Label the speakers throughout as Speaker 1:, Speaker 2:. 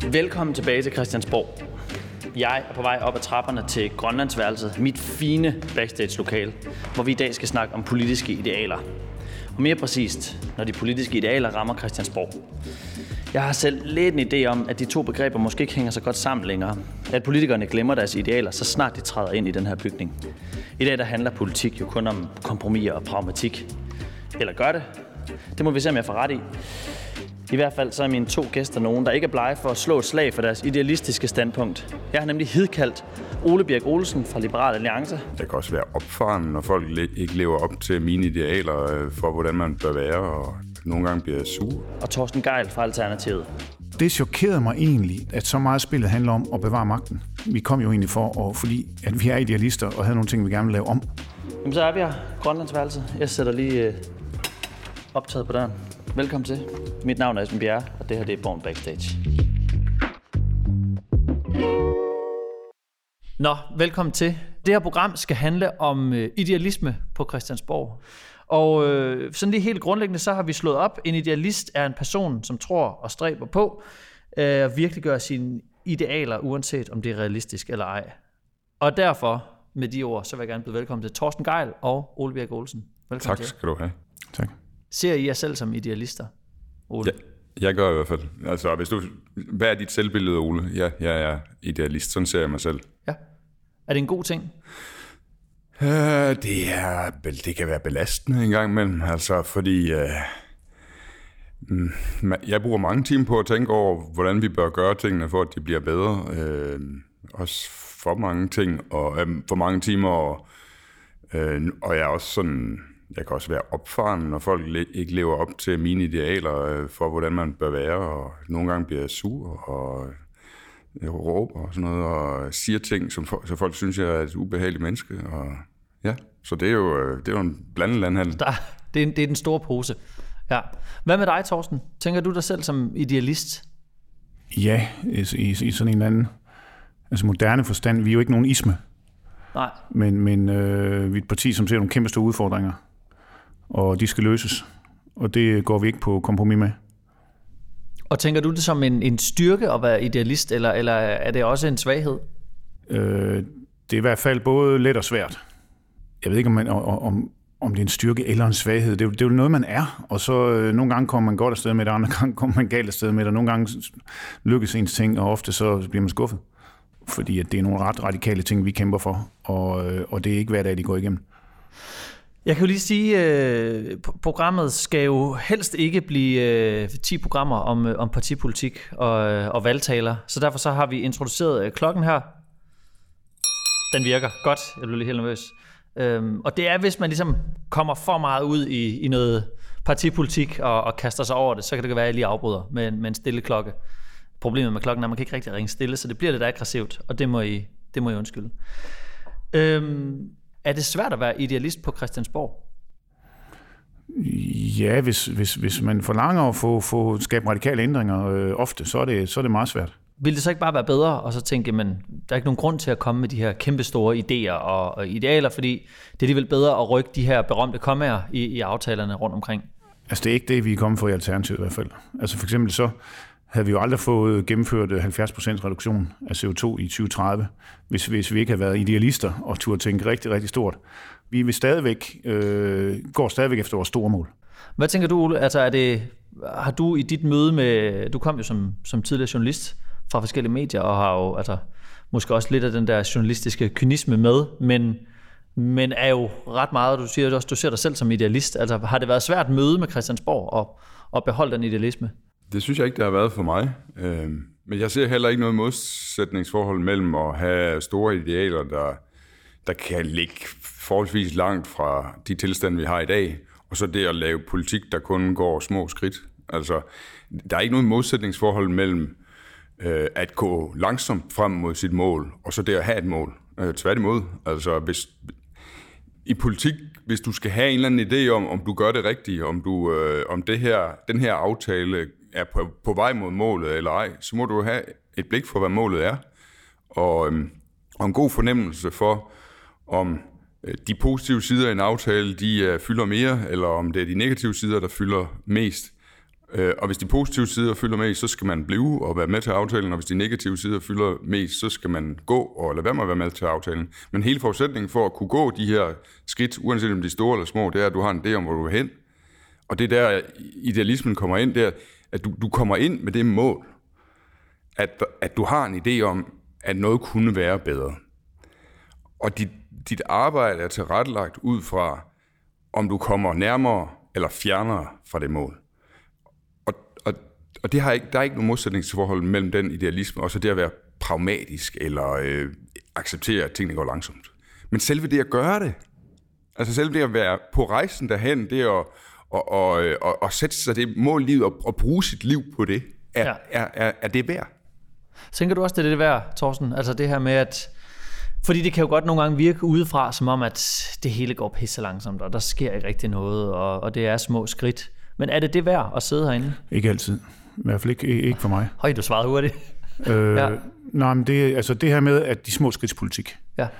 Speaker 1: Velkommen tilbage til Christiansborg. Jeg er på vej op ad trapperne til Grønlandsværelset, mit fine backstage-lokale, hvor vi i dag skal snakke om politiske idealer. Og mere præcist, når de politiske idealer rammer Christiansborg. Jeg har selv lidt en idé om, at de to begreber måske ikke hænger så godt sammen længere. At politikerne glemmer deres idealer, så snart de træder ind i den her bygning. I dag der handler politik jo kun om kompromiser og pragmatik. Eller gør det? Det må vi se, om jeg får ret i. I hvert fald så er mine to gæster nogen, der ikke er blege for at slå et slag for deres idealistiske standpunkt. Jeg har nemlig hidkaldt Ole Birk Olesen fra Liberal Alliance.
Speaker 2: Jeg kan også være opfarende, når folk ikke lever op til mine idealer for, hvordan man bør være, og nogle gange bliver sur.
Speaker 1: Og Torsten Gejl fra Alternativet.
Speaker 3: Det chokerede mig egentlig, at så meget spillet handler om at bevare magten. Vi kom jo egentlig fordi at vi er idealister og havde nogle ting, vi gerne vil lave om.
Speaker 1: Jamen så er vi her, Grønlandsværelset. Jeg sætter lige optaget på døren. Velkommen til. Mit navn er Esben Bjerre, og det her det er Born Backstage. Nå, velkommen til. Det her program skal handle om idealisme på Christiansborg. Og sådan lige helt grundlæggende, så har vi slået op. En idealist er en person, som tror og stræber på at virkelig gøre sine idealer, uanset om det er realistisk eller ej. Og derfor, med de ord, så vil jeg gerne byde velkommen til Torsten Gejl og Ole Birk Olesen. Velkommen
Speaker 2: tak skal du have.
Speaker 3: Tak.
Speaker 1: Ser I jer selv som idealister, Ole?
Speaker 2: Ja, jeg gør i hvert fald. Altså, hvad er dit selvbillede, Ole? Ja, jeg er idealist. Sådan ser jeg mig selv.
Speaker 1: Ja. Er det en god ting?
Speaker 2: Det kan være belastende en gang imellem, altså, fordi jeg bruger mange timer på at tænke over, hvordan vi bør gøre tingene, for at de bliver bedre. Også for mange ting, og for mange timer, og jeg er også sådan... Jeg kan også være opfarende, når folk ikke lever op til mine idealer for, hvordan man bør være, og nogle gange bliver sur og råber og sådan noget, og siger ting, så folk synes, jeg er et ubehageligt menneske. Og ja, så det er jo en blandet landhandel.
Speaker 1: Det er den store pose. Ja. Hvad med dig, Torsten? Tænker du dig selv som idealist?
Speaker 3: Ja, i sådan en eller anden moderne forstand. Vi er jo ikke nogen isme.
Speaker 1: Nej.
Speaker 3: Men vi er et parti, som ser nogle kæmpe store udfordringer, og de skal løses, og det går vi ikke på kompromis med.
Speaker 1: Og tænker du det som en styrke at være idealist, eller er det også en svaghed?
Speaker 3: Det er i hvert fald både let og svært. Jeg ved ikke, om det er en styrke eller en svaghed. Det er jo noget, man er, og så nogle gange kommer man godt afsted med det, andre gange kommer man galt afsted med det, og nogle gange lykkes ens ting, og ofte så bliver man skuffet. Fordi at det er nogle ret radikale ting, vi kæmper for, og det er ikke hver dag, de går igennem.
Speaker 1: Jeg kan jo lige sige, at programmet skal jo helst ikke blive 10 programmer om partipolitik og valgtaler. Så derfor så har vi introduceret klokken her. Den virker godt. Jeg blev lige helt nervøs. Og det er, hvis man ligesom kommer for meget ud i noget partipolitik og kaster sig over det, så kan det være, at jeg lige afbryder med en stille klokke. Problemet med klokken er, at man kan ikke rigtig ringe stille, så det bliver lidt aggressivt, og det må I undskylde. Er det svært at være idealist på Christiansborg?
Speaker 3: Ja, hvis man forlanger at få skabe radikale ændringer ofte, så er det meget svært.
Speaker 1: Vil det så ikke bare være bedre og så tænke, men der er ikke nogen grund til at komme med de her kæmpe store idéer og idealer, fordi det er alligevel bedre at rykke de her berømte kommaer i aftalerne rundt omkring? Altså
Speaker 3: det er ikke det, vi er kommet for i Alternativet i hvert fald. Altså for eksempel så havde vi jo aldrig fået gennemført 70% reduktion af CO2 i 2030, hvis vi ikke havde været idealister og turde tænke rigtig, rigtig stort. Vi vil går stadigvæk efter vores store mål.
Speaker 1: Hvad tænker du, Ole? Altså har du i dit møde med, du kom jo som tidligere journalist fra forskellige medier, og har jo måske også lidt af den der journalistiske kynisme med, men er jo ret meget, du siger også, du ser dig selv som idealist. Altså har det været svært møde med Christiansborg og beholde den idealisme?
Speaker 2: Det synes jeg ikke, det har været for mig. Men jeg ser heller ikke noget modsætningsforhold mellem at have store idealer, der kan ligge forholdsvis langt fra de tilstande, vi har i dag, og så det at lave politik, der kun går små skridt. Altså, der er ikke noget modsætningsforhold mellem at gå langsomt frem mod sit mål, og så det at have et mål. Tværtimod. Altså, i politik, hvis du skal have en eller anden idé om du gør det rigtigt, om den her aftale er på vej mod målet eller ej, så må du have et blik for, hvad målet er, og en god fornemmelse for, om de positive sider i en aftale, de fylder mere, eller om det er de negative sider, der fylder mest. Og hvis de positive sider fylder mest, så skal man blive og være med til aftalen, og hvis de negative sider fylder mest, så skal man gå og lade være med at være med til aftalen. Men hele forudsætningen for at kunne gå de her skridt, uanset om de er store eller små, det er, at du har en idé om, hvor du vil hen. Og det der idealismen kommer ind, det er, at du kommer ind med det mål, at du har en idé om, at noget kunne være bedre. Og dit arbejde er tilrettelagt ud fra, om du kommer nærmere eller fjernere fra det mål. Og der er ikke nogen modsætningsforhold mellem den idealisme og så det at være pragmatisk eller acceptere, at tingene går langsomt. Men selve det at gøre det, altså selve det at være på rejsen derhen, det at sætte sig det mål i livet og bruge sit liv på det, er det værd.
Speaker 1: Tænker du også, det er det værd, Torsten? Altså det her med, at fordi det kan jo godt nogle gange virke udefra, som om, at det hele går pisse langsomt, og der sker ikke rigtig noget, og det er små skridt. Men er det værd at sidde herinde?
Speaker 3: Ikke altid. I hvert fald ikke for mig.
Speaker 1: Høj, du svarede hurtigt.
Speaker 3: Nej, men det her med, at de små skridtspolitik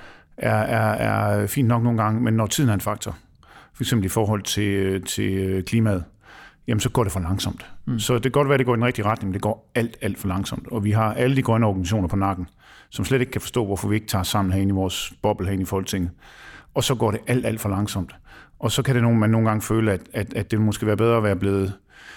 Speaker 3: er fint nok nogle gange, men når tiden er en faktor, for eksempel i forhold til klimaet, jamen så går det for langsomt. Så det kan godt være, at det går i den rigtige retning, men det går alt for langsomt. Og vi har alle de grønne organisationer på nakken, som slet ikke kan forstå, hvorfor vi ikke tager sammen herinde i vores boble herinde i Folketinget. Og så går det alt for langsomt. Og så kan det man nogle gange føle, at det måske være bedre at være blevet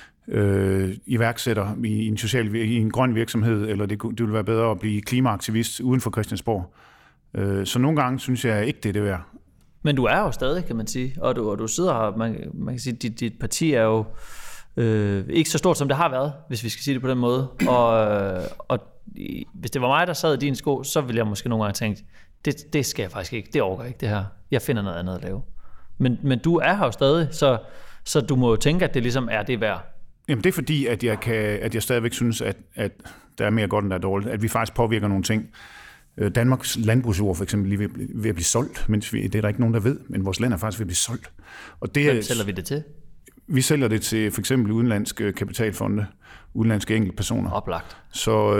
Speaker 3: iværksætter i en grøn virksomhed, eller det ville være bedre at blive klimaaktivist uden for Christiansborg. Så nogle gange synes jeg ikke, det er det værd. Men
Speaker 1: du er jo stadig, kan man sige, og du sidder her, man kan sige, dit parti er jo ikke så stort, som det har været, hvis vi skal sige det på den måde. Og hvis det var mig, der sad i din sko, så ville jeg måske nogle gange tænke, det skal jeg faktisk ikke, det overgår ikke det her. Jeg finder noget andet at lave. Men du er her jo stadig, så du må jo tænke, at det ligesom er det værd.
Speaker 3: Jamen det er fordi, at jeg stadigvæk synes, at der er mere godt, end der er dårligt. At vi faktisk påvirker nogle ting. Danmarks landbrugsjord for eksempel lige ved at blive solgt, mens det er der ikke nogen, der ved, men vores land er faktisk ved at blive solgt. Og det
Speaker 1: hvem sælger vi det til?
Speaker 3: Vi sælger det til for eksempel udenlandske kapitalfonde, udenlandske enkeltpersoner.
Speaker 1: Oplagt.
Speaker 3: Så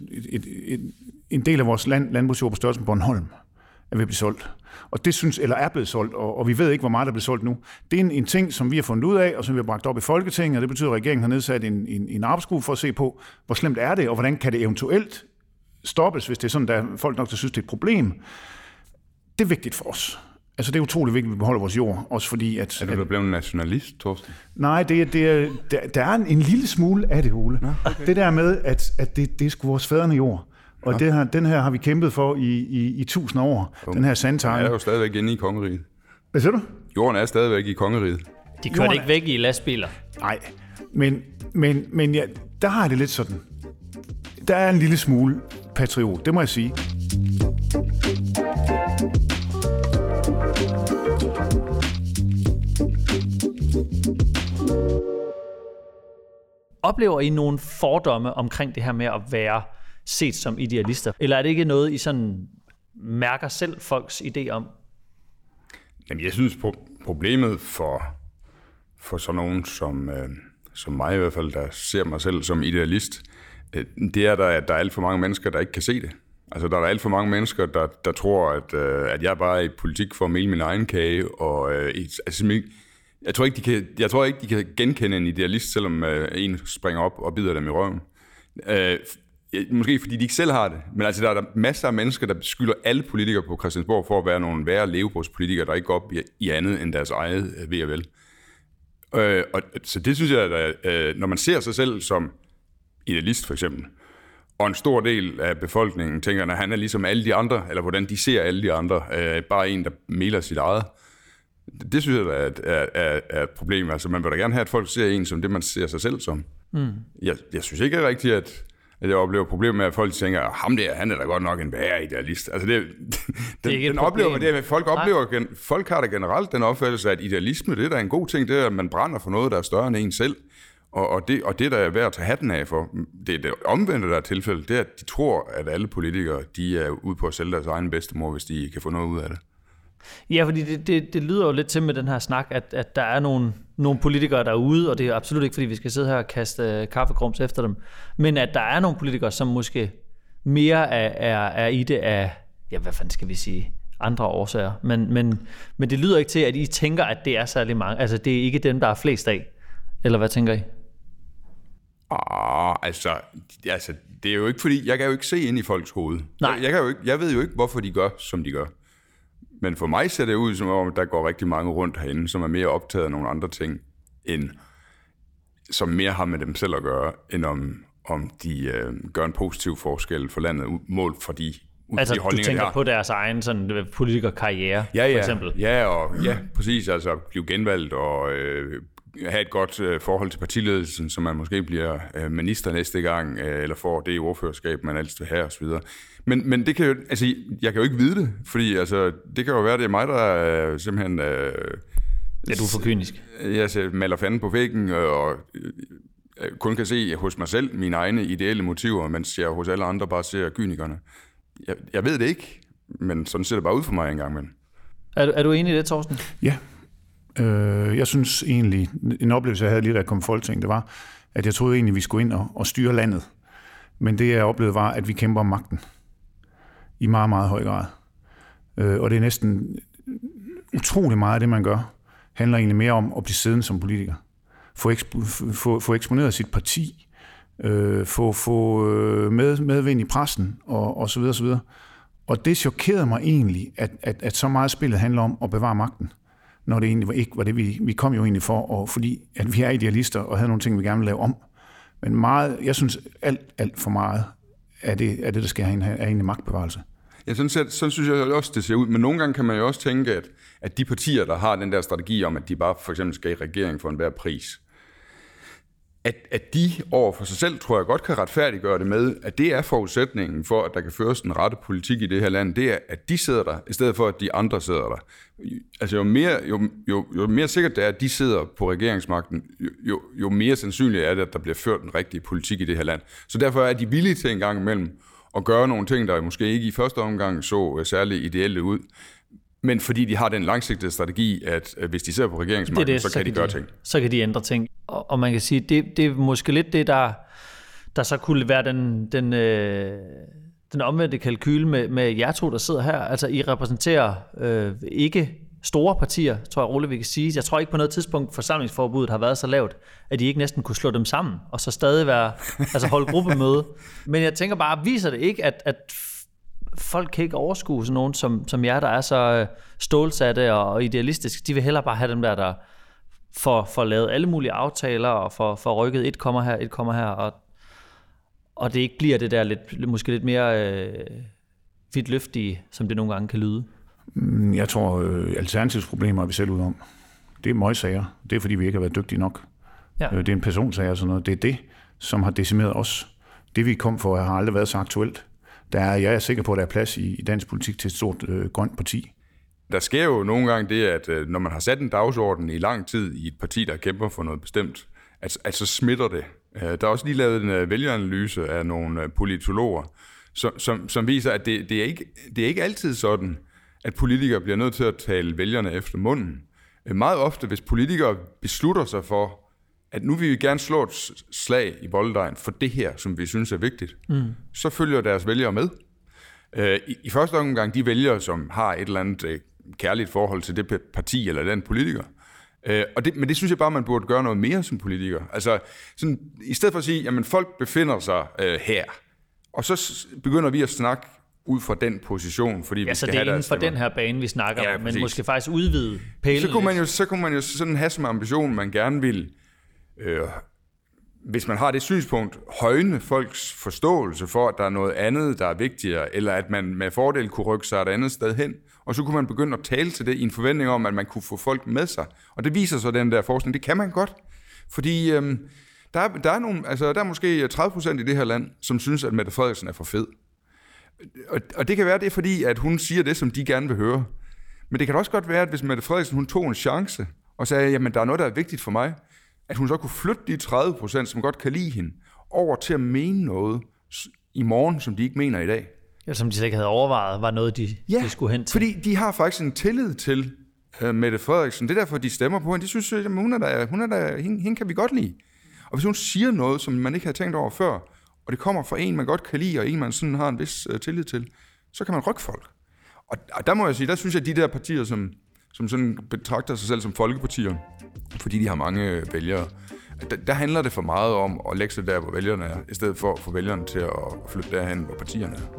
Speaker 3: en del af vores landbrugsjord på størrelse med Bornholm er ved at blive solgt. Og det er blevet solgt, og vi ved ikke, hvor meget der bliver solgt nu. Det er en ting, som vi har fundet ud af, og som vi har bragt op i Folketinget, og det betyder, at regeringen har nedsat en arbejdsgruppe for at se på, hvor slemt er det, og hvordan kan det eventuelt stoppes, hvis det er sådan, der er folk nok, der synes, det er et problem. Det er vigtigt for os. Altså, det er utroligt vigtigt, at vi beholder vores jord, også fordi at...
Speaker 2: Er du blevet en nationalist, Torsten?
Speaker 3: Nej, der er en lille smule af det, Ole. Nå, okay. Det der med, at det er sgu vores fædrene jord. Og den her har vi kæmpet for i 1000 år, den her sandtegn.
Speaker 2: Den er jo stadigvæk inde i kongeriget.
Speaker 3: Hvad siger du?
Speaker 2: Jorden er stadigvæk i kongeriget.
Speaker 1: De kører det ikke væk i lastbiler.
Speaker 3: Nej, men ja, der har det lidt sådan. Der er en lille smule patriot, det må jeg sige.
Speaker 1: Oplever I nogle fordomme omkring det her med at være set som idealister? Eller er det ikke noget, I sådan mærker selv folks idé om?
Speaker 2: Jamen, jeg synes, problemet for sådan nogen som mig i hvert fald, der ser mig selv som idealist, det er, at der er alt for mange mennesker, der ikke kan se det. Altså, der er alt for mange mennesker, der tror, at jeg bare er i politik for at mele min egen kage. Og, jeg tror ikke, de kan genkende en idealist, selvom en springer op og bider dem i røven. Måske fordi de ikke selv har det. Men altså, der er masser af mennesker, der skylder alle politikere på Christiansborg for at være nogle værre levebrødspolitikere, der ikke går op i andet end deres eget ved og vel. Så det synes jeg, at når man ser sig selv som idealist for eksempel, og en stor del af befolkningen tænker, at han er ligesom alle de andre, eller hvordan de ser alle de andre, bare en, der meler sit eget. Det synes jeg er et problem. Altså, man vil da gerne have, at folk ser en som det, man ser sig selv som. Jeg synes ikke rigtigt, at jeg oplever problemer med, at folk tænker, ham der, han er da godt nok en værre idealist. Altså, det er ikke den oplever det, at folk har da generelt den opfattelse, at idealisme, det er da en god ting, det er, at man brænder for noget, der er større end en selv. Og det, der er værd at tage hatten af for, det omvendte, der er tilfældet, det er, at de tror, at alle politikere, de er ude på at sælge deres egen bedstemor, hvis de kan få noget ud af det.
Speaker 1: Ja, fordi det lyder jo lidt til med den her snak, at der er nogle politikere derude, og det er absolut ikke, fordi vi skal sidde her og kaste kaffegrums efter dem, men at der er nogle politikere, som måske mere er i det af, ja, hvad fanden skal vi sige, andre årsager. Men det lyder ikke til, at I tænker, at det er særlig mange. Altså, det er ikke dem, der er flest af. Eller hvad tænker I?
Speaker 2: Altså, det er jo ikke fordi, jeg kan jo ikke se ind i folks hoved.
Speaker 1: Nej.
Speaker 2: Jeg ved jo ikke, hvorfor de gør, som de gør. Men for mig ser det ud, som om der går rigtig mange rundt herinde, som er mere optaget af nogle andre ting, som mere har med dem selv at gøre, end om de gør en positiv forskel for landet, mål for de
Speaker 1: altså,
Speaker 2: du
Speaker 1: tænker på deres egen sådan, politikerkarriere, for eksempel?
Speaker 2: Ja, præcis. Altså blive genvalgt og have et godt forhold til partiledelsen, så man måske bliver minister næste gang, eller får det ordførerskab, man altid vil have, osv. Men det kan jo, altså, jeg kan jo ikke vide det, fordi altså, det kan jo være, det er mig, der simpelthen...
Speaker 1: Ja, du er for kynisk.
Speaker 2: Jeg maler fanden på væggen, og kun kan se hos mig selv mine egne ideelle motiver, mens jeg hos alle andre bare ser kynikerne. Jeg ved det ikke, men sådan ser det bare ud for mig en gang. Men.
Speaker 1: Er du enig i det, Torsten?
Speaker 3: Ja. Jeg synes egentlig, en oplevelse, jeg havde lige da jeg kom i Folketinget, det var, at jeg troede egentlig, vi skulle ind og styre landet. Men det, jeg oplevede, var, at vi kæmper om magten. I meget, meget høj grad. Og det er næsten utrolig meget af det, man gør, handler egentlig mere om at blive siddende som politiker. Få eksponeret sit parti, få medvind i pressen, og så videre, så videre. Og det chokerede mig egentlig, at så meget spillet handler om at bevare magten, når det egentlig ikke var det, vi kom jo egentlig for, og fordi at vi er idealister og havde nogle ting, vi gerne vil lave om. Men meget, jeg synes, alt for meget af det, der skal have, er egentlig magtbevarelse.
Speaker 2: Ja, sådan synes jeg også, det ser ud. Men nogle gange kan man jo også tænke, at de partier, der har den der strategi om, at de bare for eksempel skal i regering for enhver pris, at de over for sig selv, tror jeg godt kan retfærdiggøre det med, at det er forudsætningen for, at der kan føres den rette politik i det her land, det er, at de sidder der, i stedet for, at de andre sidder der. Altså jo mere sikkert det er, at de sidder på regeringsmagten, jo mere sandsynligt er det, at der bliver ført den rigtige politik i det her land. Så derfor er de villige til en gang imellem at gøre nogle ting, der måske ikke i første omgang så særlig ideelle ud, men fordi de har den langsigtede strategi, at hvis de sidder på regeringsmagten, så kan de gøre ting.
Speaker 1: Så kan de ændre ting. Og man kan sige, det er måske lidt det, der så kunne være den omvendte kalkyle med jer to, der sidder her. Altså, I repræsenterer ikke store partier, tror jeg roligt, vi kan sige. Jeg tror ikke på noget tidspunkt, forsamlingsforbuddet har været så lavt, at I ikke næsten kunne slå dem sammen, og så stadig holde gruppemøde. Men jeg tænker bare, viser det ikke, at folk kan ikke overskue sådan nogen som jer, der er så stålsatte og idealistiske. De vil hellere bare have dem der får lavet alle mulige aftaler og får rykket et kommer her, og det ikke bliver det der måske lidt mere vidtløftige, som det nogle gange kan lyde.
Speaker 3: Jeg tror, alternativsproblemer er vi selv ud om. Det er møgsager. Det er, fordi vi ikke har været dygtige nok. Ja. Det er en personsag og sådan noget. Det er det, som har decimeret os. Det, vi kom for, har aldrig været så aktuelt. Jeg er sikker på, at der er plads i dansk politik til et stort grønt parti.
Speaker 2: Der sker jo nogle gange det, at når man har sat en dagsorden i lang tid i et parti, der kæmper for noget bestemt, at så smitter det. Der er også lige lavet en vælgeranalyse af nogle politologer, som viser, at det er ikke altid sådan, at politikere bliver nødt til at tale vælgerne efter munden. Meget ofte, hvis politikere beslutter sig for, at nu vil vi gerne slå et slag i bolledejen for det her, som vi synes er vigtigt, så følger deres vælgere med. I første omgang de vælgere, som har et eller andet kærligt forhold til det parti eller den politiker. Men det synes jeg bare, man burde gøre noget mere som politiker. Altså, sådan, i stedet for at sige, jamen folk befinder sig her, og så begynder vi at snakke ud fra den position, fordi vi skal have deres stemmer.
Speaker 1: Så det er inden for den her bane, vi snakker om, men måske faktisk udvide pælen.
Speaker 2: Så kunne man jo sådan have som ambition, man gerne vil, hvis man har det synspunkt, højne folks forståelse for, at der er noget andet, der er vigtigere, eller at man med fordel kunne rykke sig et andet sted hen, og så kunne man begynde at tale til det i en forventning om, at man kunne få folk med sig. Og det viser så den der forskning, det kan man godt, fordi der er måske 30% i det her land, som synes, at Mette Frederiksen er for fed. Og det kan være, det er fordi, at hun siger det, som de gerne vil høre. Men det kan også godt være, at hvis Mette Frederiksen hun tog en chance, og sagde, jamen der er noget, der er vigtigt for mig, at hun så kunne flytte de 30%, som godt kan lide hende, over til at mene noget i morgen, som de ikke mener i dag.
Speaker 1: Eller som de slet ikke havde overvejet, var noget, de skulle hen til.
Speaker 2: Fordi de har faktisk en tillid til Mette Frederiksen. Det er derfor, de stemmer på hende. De synes, at hende kan vi godt lide. Og hvis hun siger noget, som man ikke havde tænkt over før, og det kommer fra en, man godt kan lide, og en, man sådan har en vis tillid til, så kan man rykke folk. Og der må jeg sige, der synes jeg, at de der partier, som sådan betragter sig selv som folkepartier, fordi de har mange vælgere, Der handler det for meget om at lægge sig der, hvor vælgerne er, i stedet for at få vælgerne til at flytte derhen, hvor partierne er.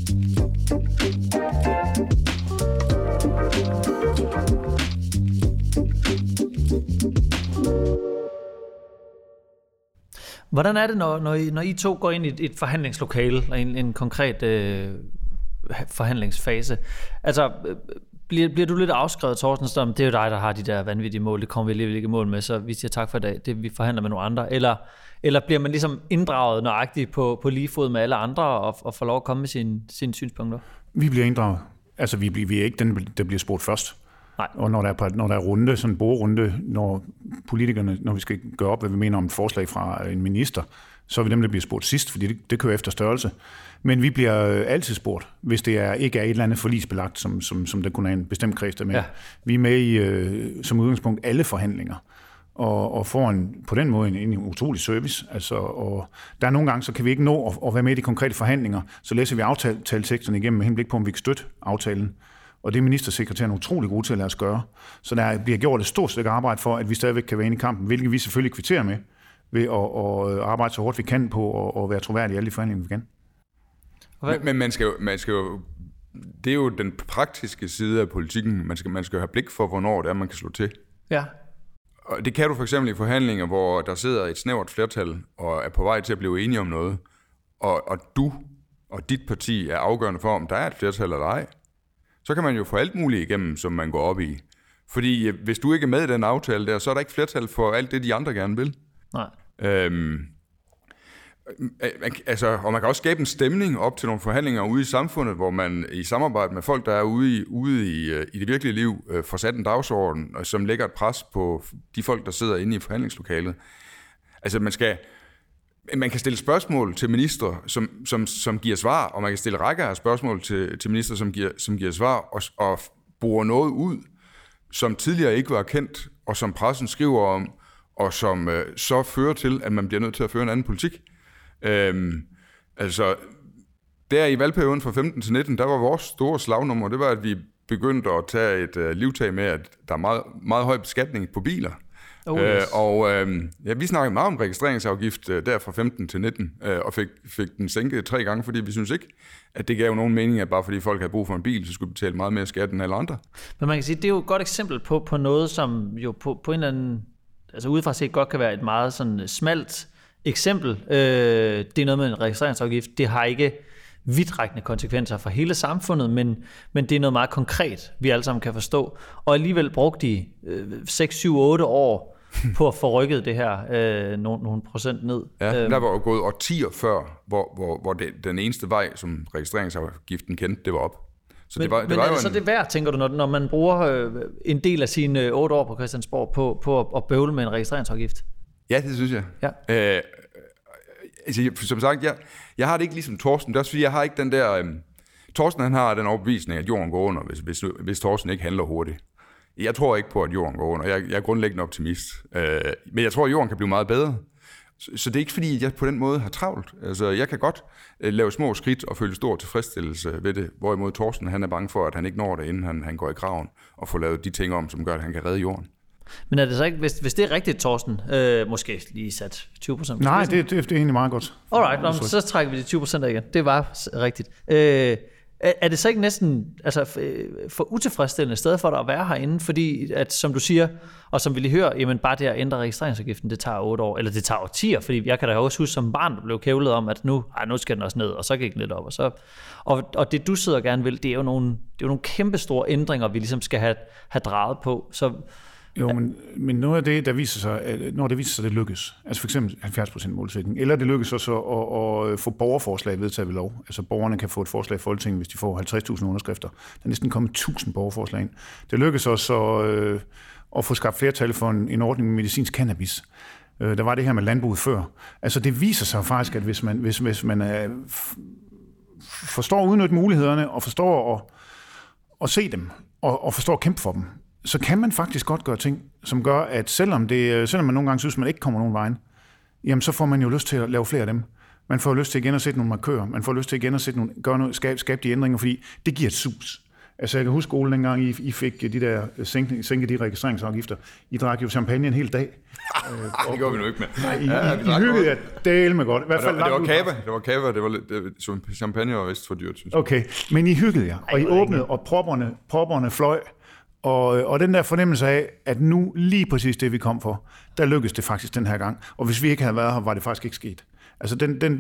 Speaker 1: Hvordan er det, når I to går ind i et forhandlingslokale, en konkret forhandlingsfase? Altså, bliver du lidt afskrevet, Torsten, som det er jo dig, der har de der vanvittige mål, det kommer vi alligevel ikke i mål med, så vi siger tak for i dag, det vi forhandler med nogle andre, eller bliver man ligesom inddraget nøjagtigt på lige fod med alle andre, og får lov at komme med sine synspunkter?
Speaker 3: Vi bliver inddraget. Altså, vi er ikke den, der bliver spurgt først.
Speaker 1: Nej.
Speaker 3: Og når der er runde, sådan en bordrunde, når politikerne, når vi skal gøre op, hvad vi mener om et forslag fra en minister, så er vi dem, der bliver spurgt sidst, fordi det kører efter størrelse. Men vi bliver altid spurgt, hvis det ikke er et eller andet forligsbelagt, som der kun er en bestemt kreds der med. Ja. Vi er med i, som udgangspunkt, alle forhandlinger, og får på den måde en utrolig service. Altså, og der er nogle gange, så kan vi ikke nå at være med i de konkrete forhandlinger, så læser vi aftaleteksterne igennem med henblik på, om vi kan støtte aftalen. Og det er ministersekretæren utrolig god til at lade os gøre. Så der bliver gjort et stort stykke arbejde for, at vi stadigvæk kan være inde i kampen, hvilket vi selvfølgelig kvitterer med, ved at arbejde så hårdt vi kan på og være troværdige i alle de forhandlinger, vi kan.
Speaker 2: Men man skal jo, det er jo den praktiske side af politikken. Man skal jo have blik for, hvornår det er, man kan slå til.
Speaker 1: Ja.
Speaker 2: Og det kan du for eksempel i forhandlinger, hvor der sidder et snævert flertal og er på vej til at blive enige om noget, og du og dit parti er afgørende for, om der er et flertal eller ej. Så kan man jo få alt muligt igennem, som man går op i. Fordi hvis du ikke er med i den aftale der, så er der ikke flertal for alt det, de andre gerne vil.
Speaker 1: Nej.
Speaker 2: Og man kan også skabe en stemning op til nogle forhandlinger ude i samfundet, hvor man i samarbejde med folk, der er ude i det virkelige liv, får sat en dagsorden, som lægger et pres på de folk, der sidder inde i forhandlingslokalet. Altså man kan stille spørgsmål til ministre, som giver svar, og man kan stille rækker af spørgsmål til ministre, som giver svar, og borer noget ud, som tidligere ikke var kendt, og som pressen skriver om, og som så fører til, at man bliver nødt til at føre en anden politik. Der i valgperioden fra 15 til 19, der var vores store slagnummer, det var, at vi begyndte at tage et livtag med, at der er meget, meget høj beskatning på biler. Vi snakkede meget om registreringsafgift der fra 15 til 19, og fik den sænket 3 gange, fordi vi synes ikke, at det gav nogen mening, at bare fordi folk havde brug for en bil, så skulle betale meget mere skat end alle andre. Men
Speaker 1: man kan sige, det er jo et godt eksempel på noget, som jo på en eller anden, altså udefra set godt kan være et meget sådan smalt eksempel. Det er noget med en registreringsafgift. Det har ikke vidtrækkende konsekvenser for hele samfundet, men det er noget meget konkret, vi alle sammen kan forstå. Og alligevel brugte de 6, 7, 8 år på at få rykket det her nogle procent ned.
Speaker 2: Ja, der var jo gået årtier før, hvor den eneste vej, som registreringsafgiften kendte, det var op. Så
Speaker 1: men er det så det værd, tænker du, når man bruger en del af sine 8 år på Christiansborg på at bøvle med en registreringsafgift?
Speaker 2: Ja, det synes jeg. Ja. Som sagt, jeg har det ikke ligesom Torsten. Det er også fordi, jeg har ikke den der... Torsten han har den overbevisning, at jorden går under, hvis Torsten ikke handler hurtigt. Jeg tror ikke på, at jorden går under. Jeg er grundlæggende optimist. Men jeg tror, at jorden kan blive meget bedre. Så det er ikke fordi, jeg på den måde har travlt. Altså, jeg kan godt lave små skridt og føle stor tilfredsstillelse ved det. Hvorimod Torsten han er bange for, at han ikke når det, inden han går i graven og får lavet de ting om, som gør, at han kan redde jorden.
Speaker 1: Men er det så ikke, hvis det er rigtigt, Torsten, måske lige sat 20%?
Speaker 3: Nej, det er egentlig meget godt.
Speaker 1: Alright, så trækker vi de 20% igen. Det var rigtigt. Er det så ikke næsten for utilfredsstillende sted for dig at være herinde? Fordi, at, som du siger, og som vi lige hører, jamen bare det at ændre registreringsafgiften, det tager 8 år, eller det tager årtier, fordi jeg kan da også huske som barn, der blev kævlet om, at nu skal den også ned, og så gik den lidt op. Og det du sidder og gerne vil, det er jo nogle kæmpe store ændringer, vi ligesom skal have drejet på. Så
Speaker 3: jo, men noget af det, der viser sig, når det viser sig, det lykkes, altså for eksempel 70% målsætning, eller det lykkes også at få borgerforslag vedtaget ved lov. Altså borgerne kan få et forslag i Folketinget, hvis de får 50.000 underskrifter. Der er næsten kommet 1.000 borgerforslag ind. Det lykkes også at få skabt flertal for en ordning med medicinsk cannabis. Der var det her med landbruget før. Altså det viser sig faktisk, at hvis man forstår at udnytte mulighederne, og forstår at se dem, og forstår at kæmpe for dem, så kan man faktisk godt gøre ting, som gør, at selvom man nogle gange synes, at man ikke kommer nogen vejen, jamen så får man jo lyst til at lave flere af dem. Man får lyst til igen at sætte nogle markører, man får lyst til igen at skabe de ændringer, fordi det giver et sus. Altså, jeg kan huske, Ole, dengang I fik de der sænke de registreringsafgifter. I drak jo champagne en hel dag.
Speaker 2: Det går vi nu ikke med.
Speaker 3: I hyggede jer del med godt. I hvert fald
Speaker 2: det var cava. Det var champagne og vist for dyrt, synes jeg.
Speaker 3: Okay, men I hyggede jer, og I åbnede, og propperne fløj. Og den der fornemmelse af, at nu lige præcis det, vi kom for, der lykkedes det faktisk den her gang. Og hvis vi ikke havde været her, var det faktisk ikke sket. Altså,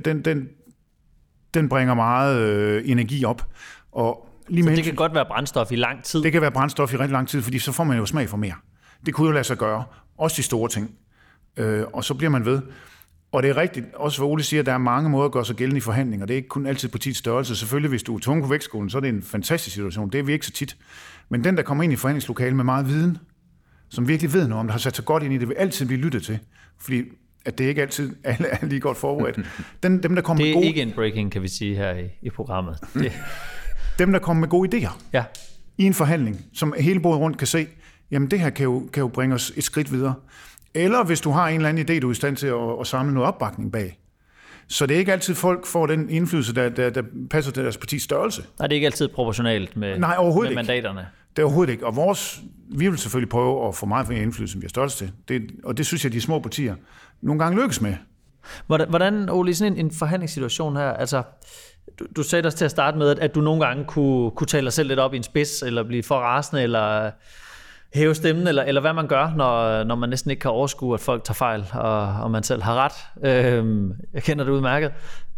Speaker 3: den bringer meget energi op. Og lige
Speaker 1: så det kan godt være brændstof i lang tid?
Speaker 3: Det kan være brændstof i rigtig lang tid, fordi så får man jo smag for mere. Det kunne jo lade sig gøre. Også de store ting. Og så bliver man ved. Og det er rigtigt, også hvad Ole siger, at der er mange måder at gøre sig gældende i forhandlinger. Det er ikke kun altid partiets størrelse. Selvfølgelig, hvis du er tung på vægtskolen, så er det en fantastisk situation. Det er vi ikke så tit. Men den, der kommer ind i forhandlingslokalet med meget viden, som virkelig ved noget om, der har sat sig godt ind i det, vil altid blive lyttet til. Fordi at det ikke altid alle er lige godt forberedt. Dem, der kommer
Speaker 1: det er
Speaker 3: med gode...
Speaker 1: ikke en breaking, kan vi sige her i programmet.
Speaker 3: Dem, der kommer med gode idéer i en forhandling, som hele bordet rundt kan se, jamen det her kan jo bringe os et skridt videre. Eller hvis du har en eller anden idé, du er i stand til at samle noget opbakning bag. Så det er ikke altid, folk får den indflydelse, der passer til deres partis størrelse.
Speaker 1: Nej, det er ikke altid proportionalt med mandaterne.
Speaker 3: Det er overhovedet ikke. Og vi vil selvfølgelig prøve at få meget mere indflydelse, end vi har størrelse til. Og det synes jeg, de små partier nogle gange lykkes med.
Speaker 1: Hvordan, Ole, i sådan en forhandlingssituation her, altså, du sagde dig til at starte med, at du nogle gange kunne tale dig selv lidt op i en spids, eller blive for rasende, eller hæve stemmen, eller hvad man gør, når man næsten ikke kan overskue, at folk tager fejl, og man selv har ret. Jeg kender det udmærket.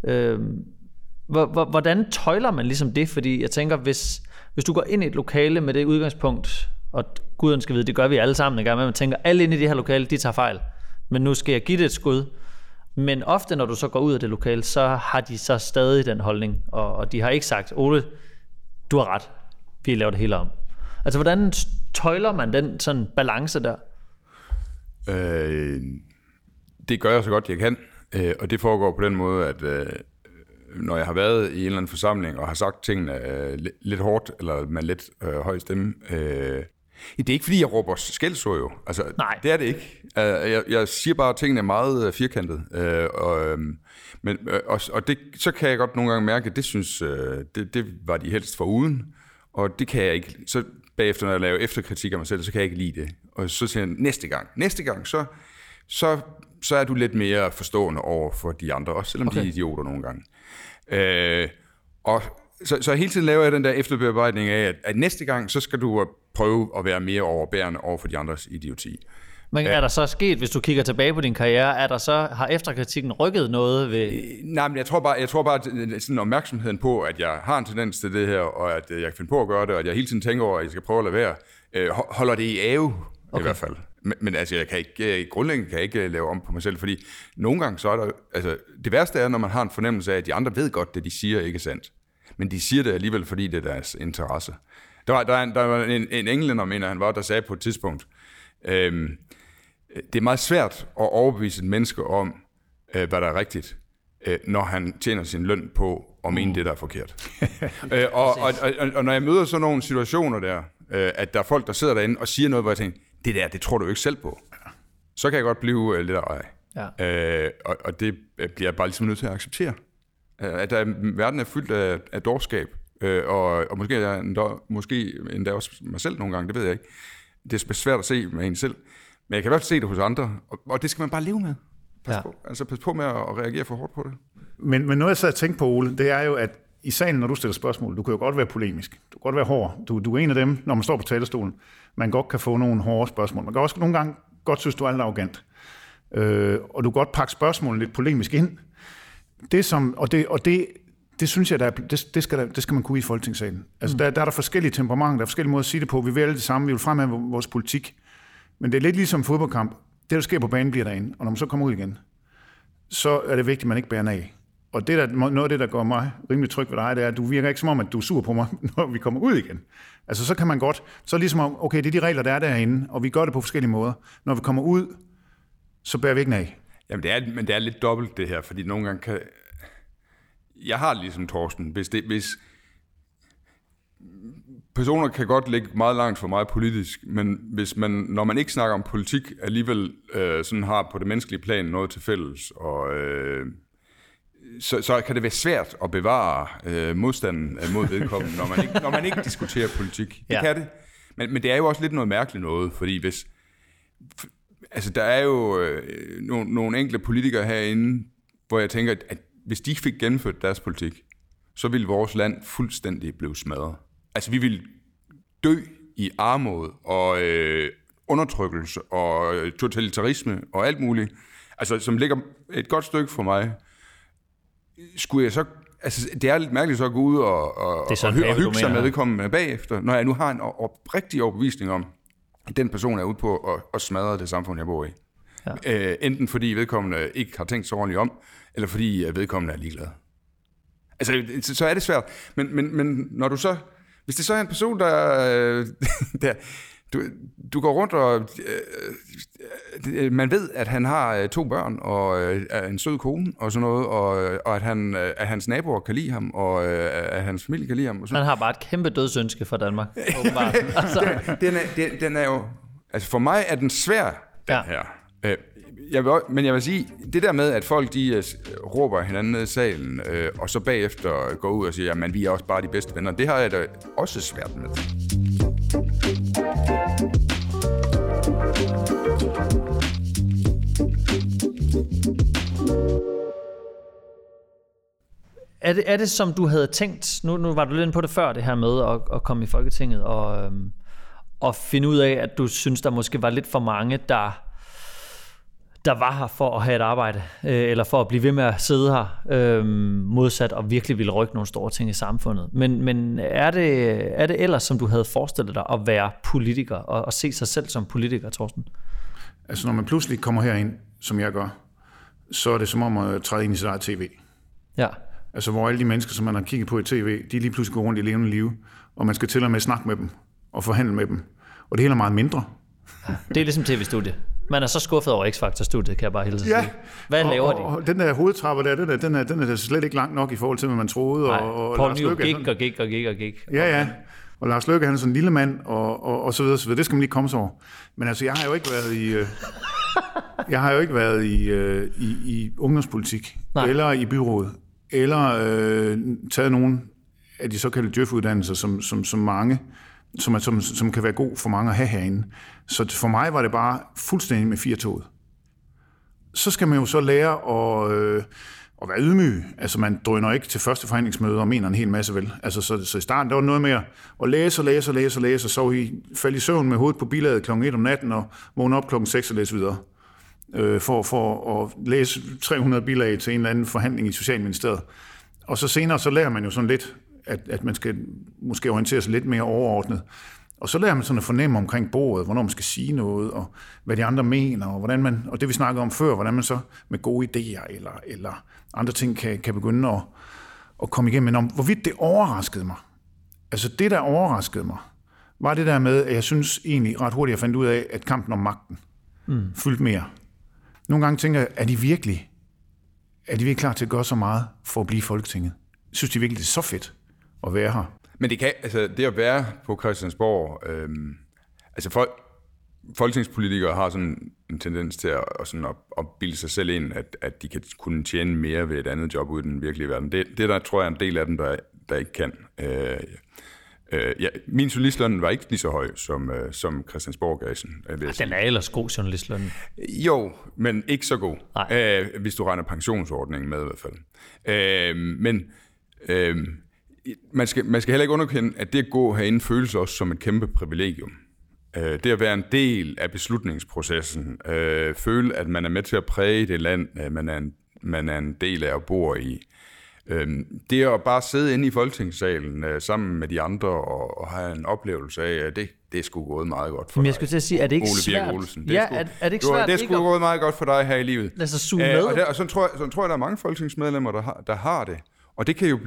Speaker 1: Hvordan tøjler man ligesom det? Fordi jeg tænker, hvis du går ind i et lokale med det udgangspunkt, og guden skal vide, det gør vi alle sammen en gang, men man tænker, alle inde i det her lokale, de tager fejl. Men nu skal jeg give det et skud. Men ofte, når du så går ud af det lokale, så har de så stadig den holdning, og de har ikke sagt, Ole, du har ret, vi laver det hele om. Altså, hvordan tøjler man den sådan balance der?
Speaker 2: Det gør jeg så godt, jeg kan. Og det foregår på den måde, at når jeg har været i en eller anden forsamling og har sagt tingene lidt hårdt, eller med lidt høj stemme, det er ikke, fordi jeg råber skældsord jo. Altså,
Speaker 1: nej.
Speaker 2: Det er det ikke. Jeg siger bare, at tingene er meget firkantet. Og det, så kan jeg godt nogle gange mærke, at det var de helst for uden. Og det kan jeg ikke. Så bagefter, når jeg laver efterkritik af mig selv, så kan jeg ikke lide det. Og så siger jeg, næste gang, så er du lidt mere forstående over for de andre, også selvom de er idioter nogle gange. Og så hele tiden laver jeg den der efterbearbejdning af, at næste gang, så skal du prøve at være mere overbærende over for de andres idioti.
Speaker 1: Men er der så sket, hvis du kigger tilbage på din karriere, har efterkritikken rykket noget ved...
Speaker 2: Nej, men jeg tror bare at sådan opmærksomheden på, at jeg har en tendens til det her, og at jeg kan finde på at gøre det, og at jeg hele tiden tænker over, at jeg skal prøve at lade være, holder det i ave, i hvert fald. Men altså, jeg kan ikke, grundlæggende kan jeg ikke lave om på mig selv, fordi nogle gange så er der... Altså, det værste er, når man har en fornemmelse af, at de andre ved godt, det de siger ikke er sandt. Men de siger det alligevel, fordi det er deres interesse. Der var en englænder, mener han var, der sagde på et tidspunkt, det er meget svært at overbevise et menneske om, hvad der er rigtigt, når han tjener sin løn på at mene det, der er forkert. Og når jeg møder sådan nogle situationer der, at der er folk, der sidder derinde og siger noget, hvor jeg tænker, det tror du ikke selv på. Så kan jeg godt blive lidt af og det bliver jeg bare ligesom nødt til at acceptere. At verden er fyldt af dårskab, og måske endda også mig selv nogle gange, det ved jeg ikke. Det er svært at se med en selv, men jeg kan i hvert fald se det hos andre, og det skal man bare leve med. Pas på med at reagere for hårdt på det.
Speaker 3: Men noget jeg sad og tænkte på, Ole, det er jo, at i salen, når du stiller spørgsmål, du kan jo godt være polemisk, du kan godt være hård, du er en af dem, når man står på talerstolen, man godt kan få nogle hårde spørgsmål. Man kan også nogle gange godt synes, du er lidt arrogant, og du kan godt pakke spørgsmålene lidt polemisk ind. Det synes jeg, det skal man kunne i Folketingssalen. Altså, der er der forskellige temperamenter, der er forskellige måder at sige det på. Vi vil alle det samme, vi vil fremhæve vores politik. Men det er lidt ligesom fodboldkamp. Det, der sker på banen, bliver derinde. Og når man så kommer ud igen, så er det vigtigt, at man ikke bærer af. Og noget af det, der gør mig rimelig tryg ved dig, det er, at du virker ikke som om, at du er sur på mig, når vi kommer ud igen. Altså, så kan man godt, så er ligesom, okay, det er de regler, der er derinde, og vi gør det på forskellige måder. Når vi kommer ud, så bærer vi ikke af.
Speaker 2: Jamen, det er lidt dobbelt det her, fordi nogle gange kan... Jeg har ligesom Torsten, hvis personer kan godt ligge meget langt for mig politisk, men hvis man, når man ikke snakker om politik, alligevel sådan har på det menneskelige plan noget til fælles, og så kan det være svært at bevare modstanden mod vedkommende, når man ikke diskuterer politik. Det kan det. Men det er jo også lidt noget mærkeligt noget, fordi altså der er jo nogle enkelte politikere herinde, hvor jeg tænker, at hvis de fik gennemført deres politik, så ville vores land fuldstændig blive smadret. Altså vi ville dø i armod og undertrykkelse og totalitarisme og alt muligt, altså som ligger et godt stykke for mig. Skulle jeg så, altså det er lidt mærkeligt så at gå ud og hygge sig med vedkommende bagefter, når jeg nu har en rigtig overbevisning om, at den person er ude på at smadre det samfund, jeg bor i. Ja. Enten fordi vedkommende ikke har tænkt sig ordentligt om, eller fordi vedkommende er ligeglad. Altså, så er det svært. Men når du så, hvis det så er en person, der du går rundt og man ved, at han har 2 børn og en sød kone og sådan noget, og at hans naboer kan lide ham, og at hans familie kan lide ham. Og sådan.
Speaker 1: Han har bare et kæmpe dødsønske for Danmark, åbenbart. Altså.
Speaker 2: Den er jo, altså for mig er den svær, den her. Men jeg vil sige, det der med, at folk de råber hinanden ned i salen, og så bagefter går ud og siger, jamen vi er også bare de bedste venner, det har jeg da også svært med.
Speaker 1: Er det som du havde tænkt, nu var du lidt inde på det før, det her med at komme i Folketinget og finde ud af, at du synes, der måske var lidt for mange, der var her for at have et arbejde, eller for at blive ved med at sidde her, modsat og virkelig ville rykke nogle store ting i samfundet. Men er det ellers, som du havde forestillet dig, at være politiker, og se sig selv som politiker, Torsten?
Speaker 3: Altså når man pludselig kommer herind, som jeg gør, så er det som om at træde ind i sit eget tv.
Speaker 1: Ja.
Speaker 3: Altså hvor alle de mennesker, som man har kigget på i tv, de lige pludselig går rundt i levende liv, og man skal til og med snakke med dem, og forhandle med dem. Og det hele er meget mindre.
Speaker 1: Det er ligesom tv-studie. Man er så skuffet over X-Factor-studiet, kan jeg bare hilse at sige. Hvad laver de?
Speaker 3: Og den der hovedtrappe der, den er slet ikke lang nok i forhold til, hvad man troede.
Speaker 1: Nej,
Speaker 3: og
Speaker 1: Poul Nyrup gik.
Speaker 3: Ja. Og Lars Løkke, han er sådan en lille mand, og så videre, så videre. Det skal man lige komme sig over. Men altså, jeg har jo ikke været i ungdomspolitik, eller i byrådet, eller taget nogle af de såkaldte djøf-uddannelser, som mange, som kan være god for mange at have herinde. Så for mig var det bare fuldstændig med 4-toget. Så skal man jo så lære at være ydmyg. Altså man drøner ikke til første forhandlingsmøde og mener en hel masse vel. Altså så i starten der var noget med at læse og så falde i søvn med hovedet på bilaget kl. 1 om natten og vågne op kl. 6 og læse videre. For at læse 300 bilag til en eller anden forhandling i Socialministeriet. Og så senere så lærer man jo sådan lidt, at man skal måske orientere sig lidt mere overordnet. Og så lærer man sådan at fornemme omkring bordet, hvornår man skal sige noget, og hvad de andre mener, og hvordan man, og det vi snakkede om før, hvordan man så med gode idéer eller andre ting kan begynde at komme igennem. Men om hvorvidt det overraskede mig, altså det, der overraskede mig, var det der med, at jeg synes egentlig ret hurtigt, jeg fandt ud af, at kampen om magten fyldte mere. Nogle gange tænker jeg, er de virkelig klar til at gøre så meget for at blive i Folketinget? Jeg synes de virkelig, det er så fedt at være her.
Speaker 2: Men det at være på Christiansborg, folketingspolitikere har sådan en tendens til at bilde sig selv ind, at de kan kunne tjene mere ved et andet job ude i den virkelige verden. Det der tror jeg er en del af dem, der ikke kan. Min journalistløn var ikke lige så høj som Christiansborg-gagen.
Speaker 1: Den er ellers god, journalistlønnen.
Speaker 2: Jo, men ikke så god, hvis du regner pensionsordningen med i hvert fald. Men man skal heller ikke underkende, at det at gå herinde føles også som et kæmpe privilegium. Det at være en del af beslutningsprocessen, føle, at man er med til at præge det land, man er en del af og bor i. Det at bare sidde inde i Folketingssalen sammen med de andre og have en oplevelse af, at det er sgu gået meget godt for dig.
Speaker 1: Men jeg skulle til at sige, er det ikke svært? Er det ikke svært?
Speaker 2: Det er sgu gået meget godt for dig her i livet.
Speaker 1: Lad sig suge med.
Speaker 2: Og sådan tror jeg, der er mange folketingsmedlemmer, der har det. Og det kan jo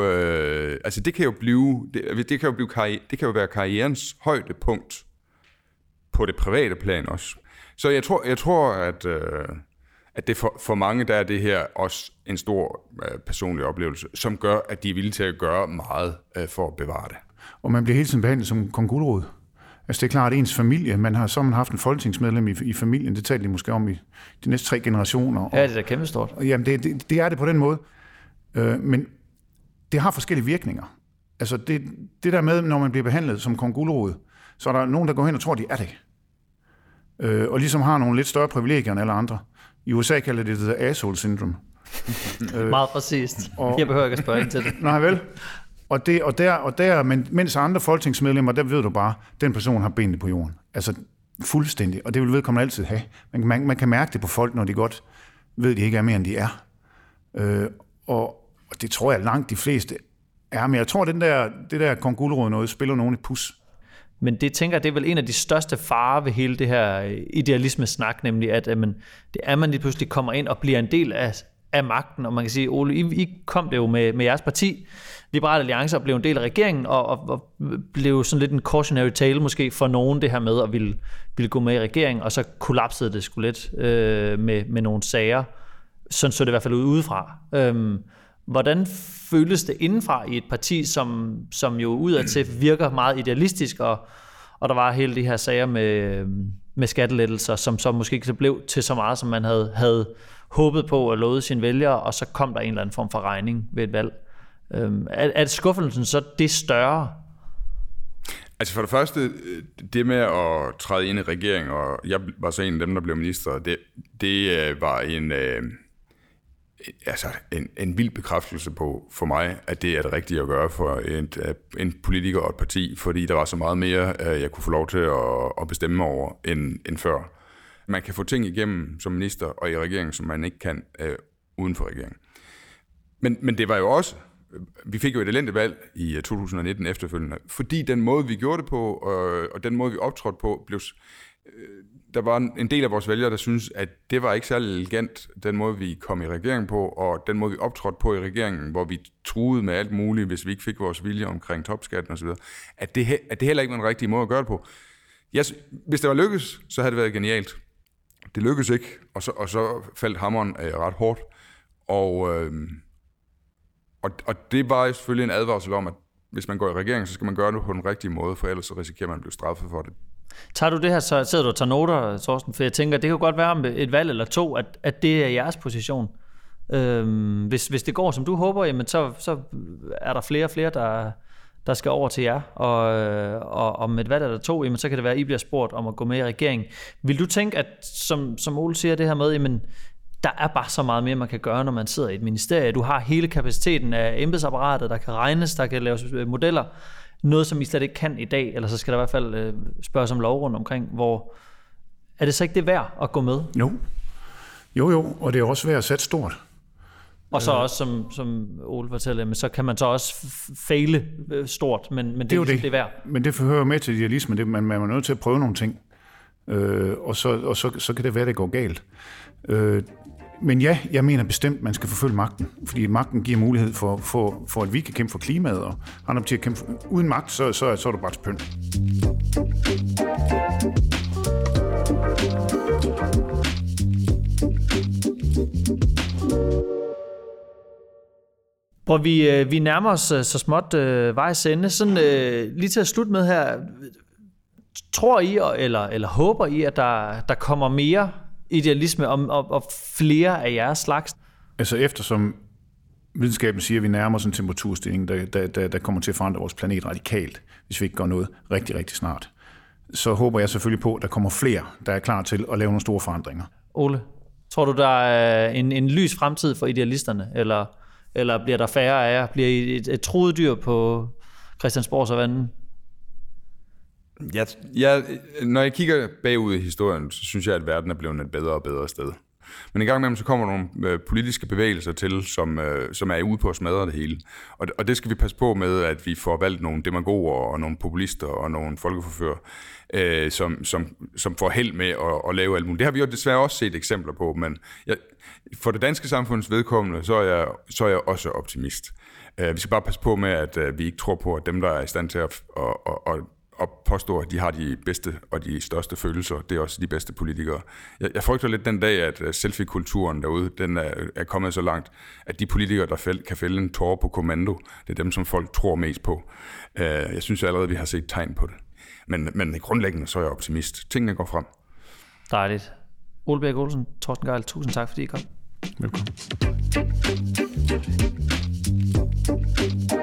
Speaker 2: være karrierens højdepunkt på det private plan også. Så jeg tror at det for mange, der er det her også en stor personlig oplevelse, som gør, at de er villige til at gøre meget for at bevare det.
Speaker 3: Og man bliver hele tiden behandlet som kong Gulerod. Altså det er klart, at ens familie, man har haft en folketingsmedlem i familien, det talte de måske om i de næste 3 generationer.
Speaker 1: Ja, det er da kæmpe stort.
Speaker 3: Jamen det er det på den måde. Men det har forskellige virkninger. Altså det der med, når man bliver behandlet som kong Gulerod, så er der nogen, der går hen og tror, de er det. Og ligesom har nogle lidt større privilegier end alle andre. I USA kalder det the asshole syndrome.
Speaker 1: Meget præcist. Jeg behøver ikke at spørge ind til det.
Speaker 3: Nej vel. Men mens andre folketingsmedlemmer, der ved du bare, den person har benene på jorden. Altså fuldstændig. Og det vil vedkommende altid have. Man kan mærke det på folk, når de godt ved, at de ikke er mere, end de er. Og det tror jeg langt de fleste er. Men jeg tror, det der kong Gulerod noget spiller nogen et pus.
Speaker 1: Men det tænker jeg, det er vel en af de største farer ved hele det her idealisme-snak, nemlig at det er, man lige pludselig kommer ind og bliver en del af magten. Og man kan sige, Ole, I kom det jo med jeres parti, Liberal Alliance, og blev en del af regeringen, og blev sådan lidt en cautionary tale måske for nogen, det her med at ville gå med i regeringen, og så kollapsede det sgu lidt med nogle sager. Sådan så det i hvert fald ud udefra. Hvordan føles det indenfra i et parti, som jo udadtil virker meget idealistisk, og der var hele de her sager med skattelettelser, som så måske ikke blev til så meget, som man havde håbet på og lovet sine vælgere, og så kom der en eller anden form for regning ved et valg. Er skuffelsen så det større?
Speaker 2: Altså for det første, det med at træde ind i regeringen, og jeg var så en af dem, der blev minister, det var en vild bekræftelse på for mig, at det er det rigtige at gøre for en politiker og et parti, fordi der var så meget mere, jeg kunne få lov til at bestemme over end før. Man kan få ting igennem som minister og i regeringen, som man ikke kan uden for regeringen. Men det var jo også, vi fik jo et elendigt valg i 2019 efterfølgende, fordi den måde, vi gjorde det på, og den måde, vi optrådte på, blev... Der var en del af vores vælgere, der synes, at det var ikke særlig elegant, den måde, vi kom i regeringen på, og den måde, vi optrådte på i regeringen, hvor vi truede med alt muligt, hvis vi ikke fik vores vilje omkring topskatten osv., at det heller ikke var en rigtig måde at gøre det på. Hvis det var lykkes, så havde det været genialt. Det lykkedes ikke, og så faldt hammeren ret hårdt. Og det var selvfølgelig en advarsel om, at hvis man går i regeringen, så skal man gøre det på den rigtige måde, for ellers så risikerer man at blive straffet for det.
Speaker 1: Tager du det her, så sidder du og tager noter, Torsten? For jeg tænker, det kan godt være om et valg eller to, at det er jeres position. Hvis det går, som du håber, jamen så er der flere og flere, der skal over til jer. Og om et valg eller to, jamen så kan det være, at I bliver spurgt om at gå med i regeringen. Vil du tænke, at som Ole siger det her med, jamen der er bare så meget mere, man kan gøre, når man sidder i et ministerie. Du har hele kapaciteten af embedsapparatet, der kan regnes, der kan laves modeller. Noget, som I slet ikke kan i dag, eller så skal der i hvert fald spørges om lov rundt omkring, hvor er det så ikke det værd at gå med?
Speaker 3: Jo, og det er også værd at sætte stort.
Speaker 1: Og så også, som Ole fortæller, så kan man så også fejle stort, men det er jo det værd.
Speaker 3: Men det hører med til idealismen, man er nødt til at prøve nogle ting, og så kan det være, det går galt. Men ja, jeg mener bestemt, man skal forfølge magten, fordi magten giver mulighed for at vi kan kæmpe for klimaet, og andre partier kæmpe for. Uden magt, så er du bare til pynt.
Speaker 1: Hvor vi nærmer os så småt vejs ende. Sådan lige til at slutte med her, tror I, eller håber I, at der kommer mere idealisme og flere af jeres slags?
Speaker 3: Altså eftersom videnskaben siger, at vi nærmer os en temperaturstigning, der kommer til at forandre vores planet radikalt, hvis vi ikke gør noget rigtig, rigtig snart, så håber jeg selvfølgelig på, at der kommer flere, der er klar til at lave nogle store forandringer.
Speaker 1: Ole, tror du, der er en lys fremtid for idealisterne, eller bliver der færre af jer? Bliver I et truet dyr på Christiansborg Savannen?
Speaker 2: Når jeg kigger bagud i historien, så synes jeg, at verden er blevet et bedre og bedre sted. Men en gang imellem, så kommer nogle politiske bevægelser til, som er ude på at smadre det hele. Og det skal vi passe på med, at vi får valgt nogle demagoger og nogle populister og nogle folkeforfører, som får held med at lave alt muligt. Det har vi jo desværre også set eksempler på, men for det danske samfunds vedkommende, så er jeg også optimist. Vi skal bare passe på med, at vi ikke tror på, at dem, der er i stand til at påstå, at de har de bedste og de største følelser, det er også de bedste politikere. Jeg frygter lidt den dag, at selfie-kulturen derude, den er kommet så langt, at de politikere, der kan fælde en tåre på kommando, det er dem, som folk tror mest på. Jeg synes allerede, vi har set tegn på det. Men grundlæggende, så er jeg optimist. Tingene går frem.
Speaker 1: Dejligt. Ole Birk Olesen, Torsten Gejl, tusind tak, fordi I kom.
Speaker 3: Velkommen.